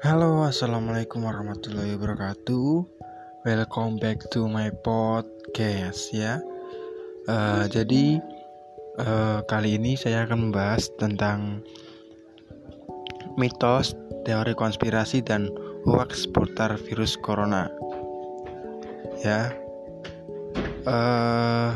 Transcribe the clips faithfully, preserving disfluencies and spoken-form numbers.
Halo, assalamualaikum warahmatullahi wabarakatuh. Welcome back to my podcast ya. Uh, jadi uh, kali ini saya akan membahas tentang mitos, teori konspirasi dan hoax seputar virus corona. Ya. Uh,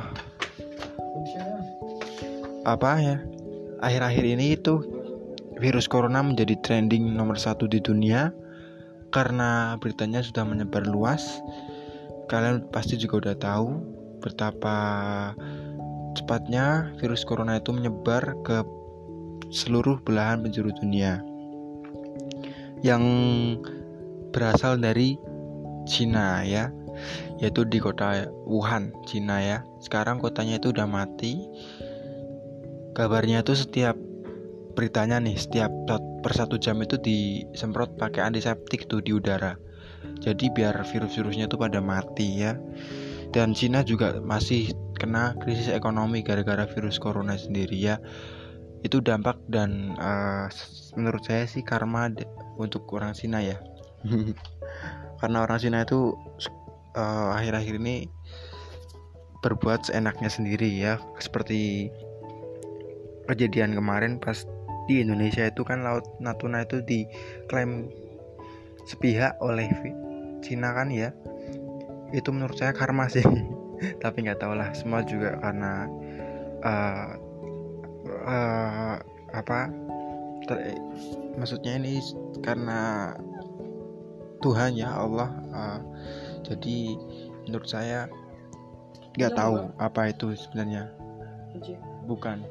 apa ya? Akhir-akhir ini itu virus corona menjadi trending nomor satu di dunia karena beritanya sudah menyebar luas. Kalian pasti juga udah tahu betapa cepatnya virus corona itu menyebar ke seluruh belahan penjuru dunia, yang berasal dari Cina ya, yaitu di kota Wuhan, Cina ya. Sekarang kotanya itu udah mati. Kabarnya itu setiap beritanya nih setiap per satu jam itu disemprot pakai antiseptik tuh di udara, jadi biar virus-virusnya tuh pada mati ya. Dan Cina juga masih kena krisis ekonomi gara-gara virus corona sendiri ya. Itu dampak dan uh, menurut saya sih karma de- untuk orang Cina ya. Karena orang Cina itu uh, akhir-akhir ini berbuat seenaknya sendiri ya, seperti kejadian kemarin pas di Indonesia itu kan Laut Natuna itu diklaim sepihak oleh Cina kan ya. Itu menurut saya karma sih. Tapi nggak tahu lah, semua juga karena uh, uh, apa ter, maksudnya ini karena Tuhan ya, Allah. Uh, jadi menurut saya nggak tahu apa itu sebenarnya. Bukan.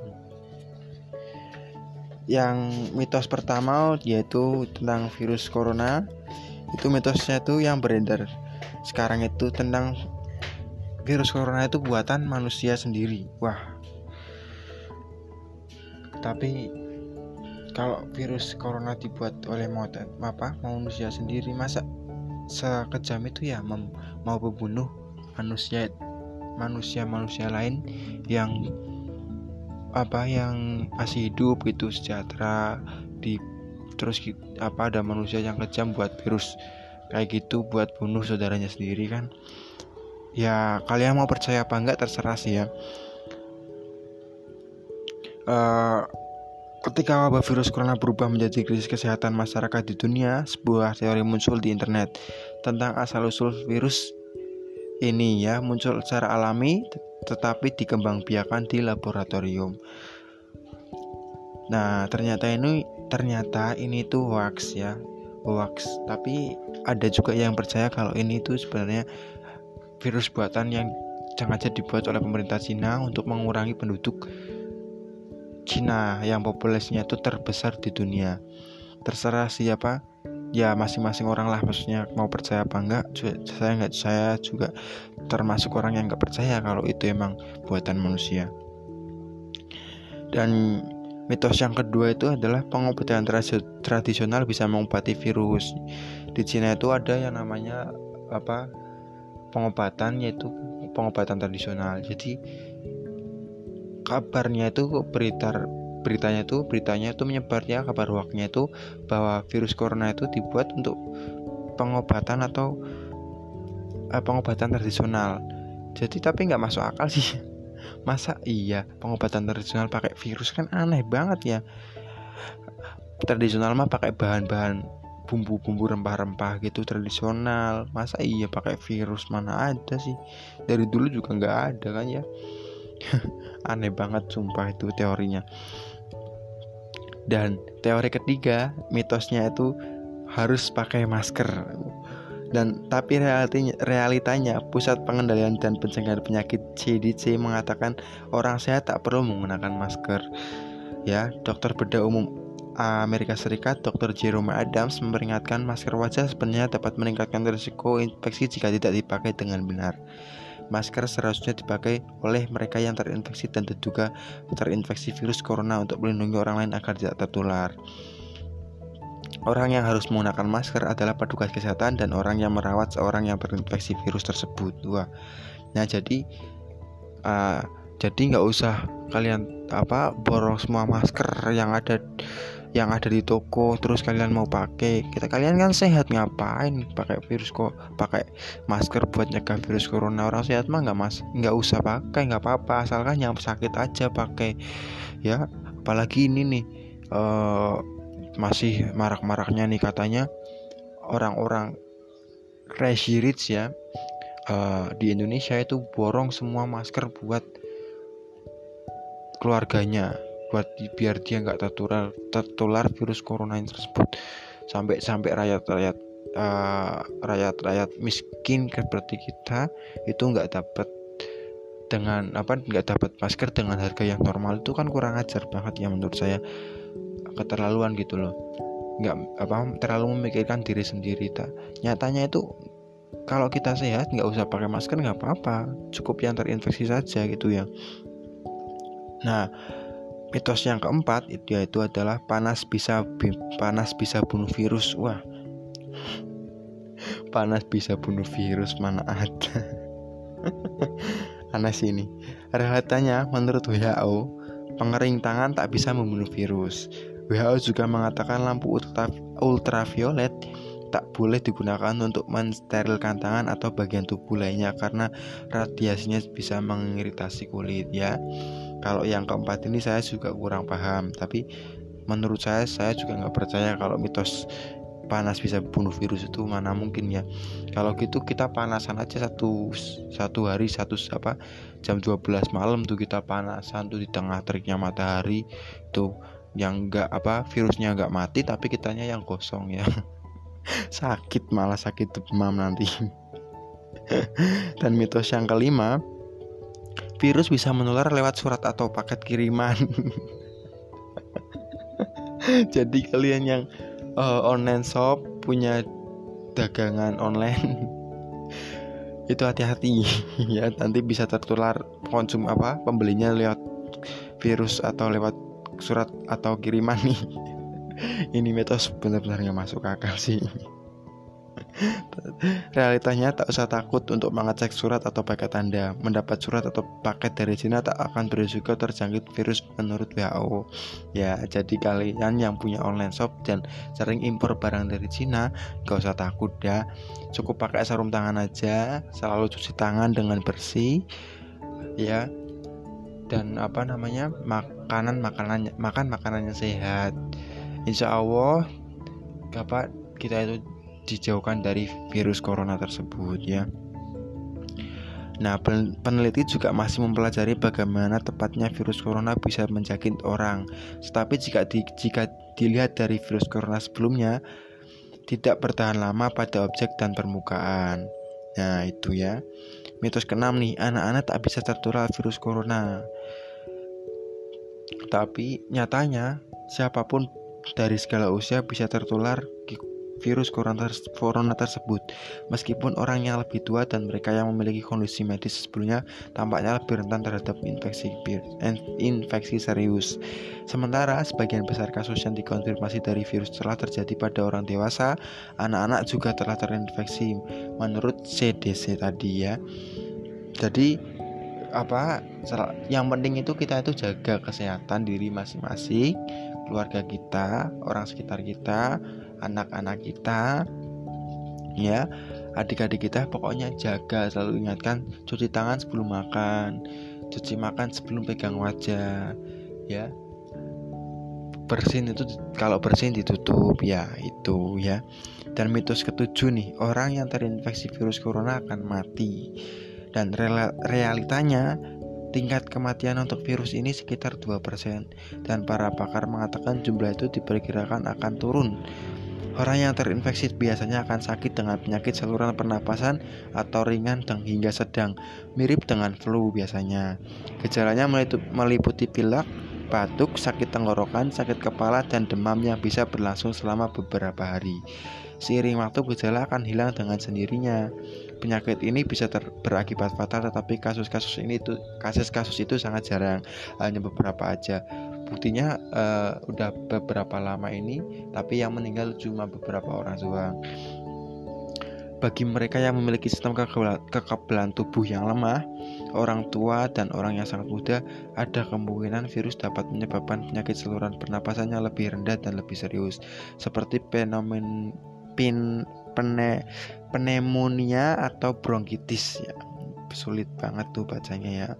Yang mitos pertama yaitu tentang virus corona. Itu mitosnya itu yang beredar sekarang itu tentang virus corona itu buatan manusia sendiri. Wah. Tapi kalau virus corona dibuat oleh apa manusia sendiri, masa sekejam itu ya mem- mau membunuh manusia manusia-manusia lain yang apa yang masih hidup gitu, sejahtera di terus apa ada manusia yang kejam buat virus kayak gitu buat bunuh saudaranya sendiri kan. Ya kalian mau percaya apa enggak terserah sih ya. Uh, ketika wabah virus corona berubah menjadi krisis kesehatan masyarakat di dunia, sebuah teori muncul di internet tentang asal-usul virus ini ya, muncul secara alami tetapi dikembangbiakan di laboratorium. Nah, ternyata ini ternyata ini tuh hoax ya, hoax. Tapi ada juga yang percaya kalau ini tuh sebenarnya virus buatan yang sengaja dibuat oleh pemerintah Cina untuk mengurangi penduduk Cina yang populasinya itu terbesar di dunia. Terserah siapa, ya masing-masing orang lah, maksudnya mau percaya apa enggak. Saya enggak, saya juga termasuk orang yang enggak percaya kalau itu emang buatan manusia. Dan mitos yang kedua itu adalah pengobatan tradisional bisa mengobati virus. Di Cina itu ada yang namanya apa pengobatan, yaitu pengobatan tradisional. Jadi kabarnya itu berita beritanya itu beritanya itu menyebarnya kabar hoaxnya itu bahwa virus corona itu dibuat untuk pengobatan atau eh, pengobatan tradisional. Jadi tapi nggak masuk akal sih. Masa iya pengobatan tradisional pakai virus, kan aneh banget ya. Tradisional mah pakai bahan-bahan bumbu-bumbu rempah-rempah gitu tradisional. Masa iya pakai virus, mana ada sih. Dari dulu juga nggak ada kan ya. Aneh banget sumpah itu teorinya. Dan teori ketiga mitosnya itu harus pakai masker. Dan tapi realitanya, realitanya Pusat Pengendalian dan Pencegahan Penyakit C D C mengatakan orang sehat tak perlu menggunakan masker. Ya, dokter bedah umum Amerika Serikat, dokter Jerome Adams memperingatkan masker wajah sebenarnya dapat meningkatkan risiko infeksi jika tidak dipakai dengan benar. Masker seharusnya dipakai oleh mereka yang terinfeksi dan terduga terinfeksi virus corona untuk melindungi orang lain agar tidak tertular. Orang yang harus menggunakan masker adalah petugas kesehatan dan orang yang merawat seorang yang terinfeksi virus tersebut. Wah, nah jadi uh, jadi nggak usah kalian apa borong semua masker yang ada yang ada di toko terus kalian mau pakai. Kita kalian kan sehat, ngapain pakai virus kok pakai masker buat nyegah virus corona? Orang sehat mah nggak mas nggak usah pakai, nggak apa-apa, asalkan yang sakit aja pakai ya. Apalagi ini nih uh, masih marak-maraknya nih katanya orang-orang crazy rich ya, uh, di Indonesia itu borong semua masker buat keluarganya, buat biar dia nggak tertular tertular virus corona tersebut. Sampai sampai rakyat-rakyat uh, rakyat-rakyat miskin seperti kita itu nggak dapat dengan apa nggak dapat masker dengan harga yang normal. Itu kan kurang ajar banget ya menurut saya, keterlaluan gitu loh. Nggak apa terlalu memikirkan diri sendiri. Tak nyatanya itu kalau kita sehat nggak usah pakai masker, nggak apa-apa, cukup yang terinfeksi saja gitu ya. Nah, mitos yang keempat itu yaitu adalah panas bisa panas bisa bunuh virus. Wah, panas bisa bunuh virus mana ada. Aneh sih ini. Realitanya menurut W H O, pengering tangan tak bisa membunuh virus. W H O juga mengatakan lampu ultra, ultraviolet tak boleh digunakan untuk mensterilkan tangan atau bagian tubuh lainnya karena radiasinya bisa mengiritasi kulit ya. Kalau yang keempat ini saya juga kurang paham, tapi menurut saya saya juga nggak percaya kalau mitos panas bisa bunuh virus itu, mana mungkin ya. Kalau gitu kita panasan aja satu satu hari satu apa jam dua belas malam tuh kita panasan tuh di tengah teriknya matahari tuh, yang nggak apa virusnya nggak mati tapi kitanya yang kosong ya. Sakit, malah sakit demam nanti. Dan mitos yang kelima, virus bisa menular lewat surat atau paket kiriman. Jadi kalian yang uh, online shop punya dagangan online itu hati-hati ya, nanti bisa tertular konsum apa pembelinya lewat virus atau lewat surat atau kiriman nih. Ini mitos benar-benar gak masuk akal sih. Realitanya tak usah takut untuk mengecek surat atau paket Anda. Mendapat surat atau paket dari Cina tak akan berisiko terjangkit virus menurut W H O. Ya, jadi kalian yang punya online shop dan sering impor barang dari Cina, gak usah takut ya. Cukup pakai sarung tangan aja, selalu cuci tangan dengan bersih ya. Dan apa namanya makanan makanan makan makanannya sehat. Insya Allah apa kita itu dijauhkan dari virus corona tersebut ya. Nah, peneliti juga masih mempelajari bagaimana tepatnya virus corona bisa menjangkit orang. Tetapi jika di, jika dilihat dari virus corona sebelumnya tidak bertahan lama pada objek dan permukaan. Nah, itu ya. Mitos keenam nih, anak-anak tak bisa tertular virus corona. Tapi nyatanya siapapun dari segala usia bisa tertular virus corona, corona tersebut. Meskipun orang yang lebih tua dan mereka yang memiliki kondisi medis sebelumnya tampaknya lebih rentan terhadap infeksi infeksi serius. Sementara sebagian besar kasus yang dikonfirmasi dari virus telah terjadi pada orang dewasa, anak-anak juga telah terinfeksi menurut C D C tadi ya. Jadi apa yang penting itu kita itu jaga kesehatan diri masing-masing, keluarga kita, orang sekitar kita, anak-anak kita ya, adik-adik kita, pokoknya jaga, selalu ingatkan cuci tangan sebelum makan, cuci makan sebelum pegang wajah ya, bersin itu kalau bersin ditutup ya, itu ya. Dan mitos ketujuh nih, orang yang terinfeksi virus corona akan mati. Dan realitanya tingkat kematian untuk virus ini sekitar dua persen, dan para pakar mengatakan jumlah itu diperkirakan akan turun. Orang yang terinfeksi biasanya akan sakit dengan penyakit saluran pernapasan atau ringan dan hingga sedang, mirip dengan flu biasanya. Gejalanya meliputi pilek, batuk, sakit tenggorokan, sakit kepala, dan demam yang bisa berlangsung selama beberapa hari. Seiring waktu gejala akan hilang dengan sendirinya. Penyakit ini bisa ter- berakibat fatal, tetapi kasus-kasus ini itu kasus-kasus itu sangat jarang, hanya beberapa aja. Buktinya uh, udah beberapa lama ini, tapi yang meninggal cuma beberapa orang doang. Bagi mereka yang memiliki sistem kekebalan tubuh yang lemah, orang tua dan orang yang sangat muda, ada kemungkinan virus dapat menyebabkan penyakit saluran pernapasannya lebih rendah dan lebih serius, seperti fenomen pin, pene, pneumonia atau bronkitis ya. Sulit banget tuh bacanya ya.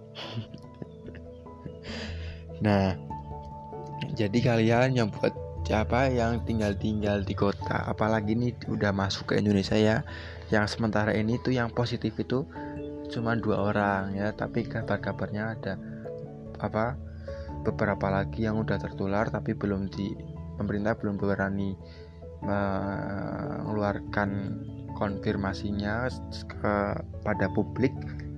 Nah, jadi kalian yang buat siapa yang tinggal-tinggal di kota, apalagi ini udah masuk ke Indonesia ya, yang sementara ini tuh yang positif itu cuma dua orang ya, tapi kabar-kabarnya ada apa beberapa lagi yang udah tertular tapi belum di pemerintah belum berani mengeluarkan konfirmasinya kepada publik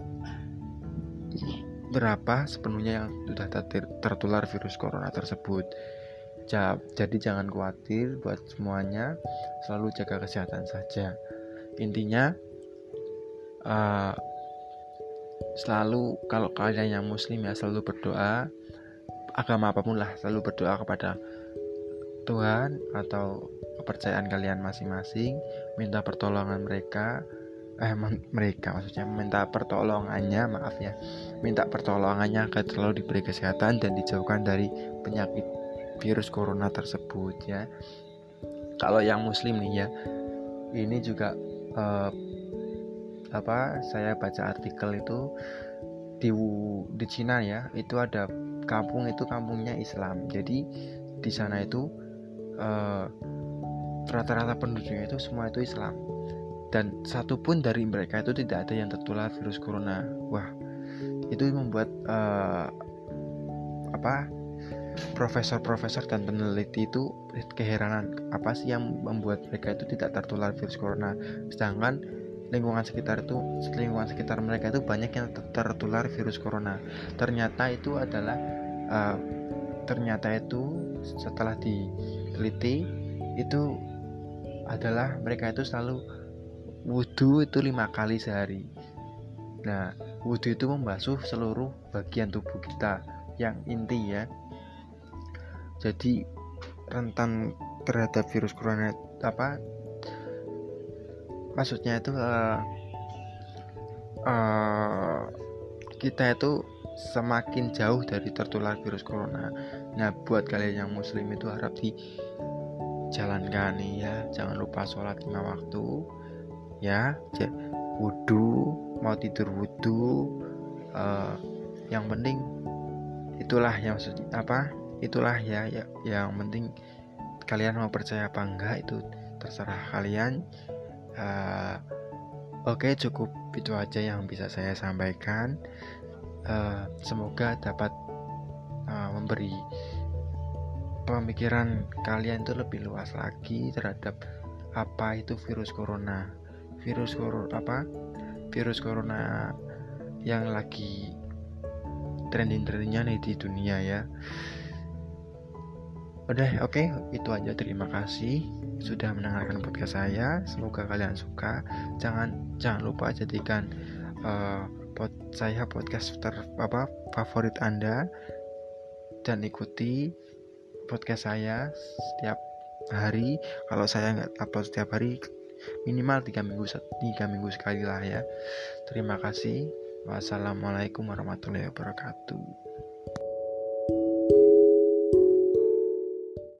berapa sepenuhnya yang sudah tertular virus corona tersebut. Jadi jangan khawatir buat semuanya, selalu jaga kesehatan saja. Intinya uh, selalu kalau kalian yang muslim ya selalu berdoa, agama apapun lah selalu berdoa kepada Tuhan atau kepercayaan kalian masing-masing, minta pertolongan mereka eh mereka maksudnya minta pertolongannya maaf ya minta pertolongannya agar selalu diberi kesehatan dan dijauhkan dari penyakit virus corona tersebut ya. Kalau yang muslim nih ya, ini juga eh, apa saya baca artikel itu di di Cina ya, itu ada kampung itu kampungnya Islam. Jadi di sana itu eh, rata-rata penduduknya itu semua itu Islam. Dan satu pun dari mereka itu tidak ada yang tertular virus corona. Wah, itu membuat uh, apa profesor-profesor dan peneliti itu keheranan, apa sih yang membuat mereka itu tidak tertular virus corona, sedangkan lingkungan sekitar itu lingkungan sekitar mereka itu banyak yang tertular virus corona. Ternyata itu adalah uh, ternyata itu setelah diteliti itu adalah mereka itu selalu wudhu itu lima kali sehari. Nah, wudhu itu membasuh seluruh bagian tubuh kita yang inti ya. Jadi rentan terhadap virus corona apa? Maksudnya itu uh, uh, kita itu semakin jauh dari tertular virus corona. Nah, buat kalian yang muslim itu harap dijalankan nih ya. Jangan lupa sholat lima waktu ya, wudhu, mau tidur wudhu, uh, yang penting itulah yang maksudnya apa? Itulah ya, ya yang penting kalian mau percaya apa enggak itu terserah kalian. Uh, Oke, okay, cukup itu aja yang bisa saya sampaikan. Uh, semoga dapat uh, memberi pemikiran kalian itu lebih luas lagi terhadap apa itu virus corona. Virus corona apa? Virus corona yang lagi trending-trendingnya nih di dunia ya. Udah, oke, okay, itu aja. Terima kasih sudah mendengarkan podcast saya. Semoga kalian suka. Jangan jangan lupa jadikan uh, pod, saya podcast ter, apa favorit Anda dan ikuti podcast saya setiap hari. Kalau saya nggak upload setiap hari, minimal tiga minggu tiga minggu sekali lah ya. Terima kasih. Wassalamualaikum warahmatullahi wabarakatuh.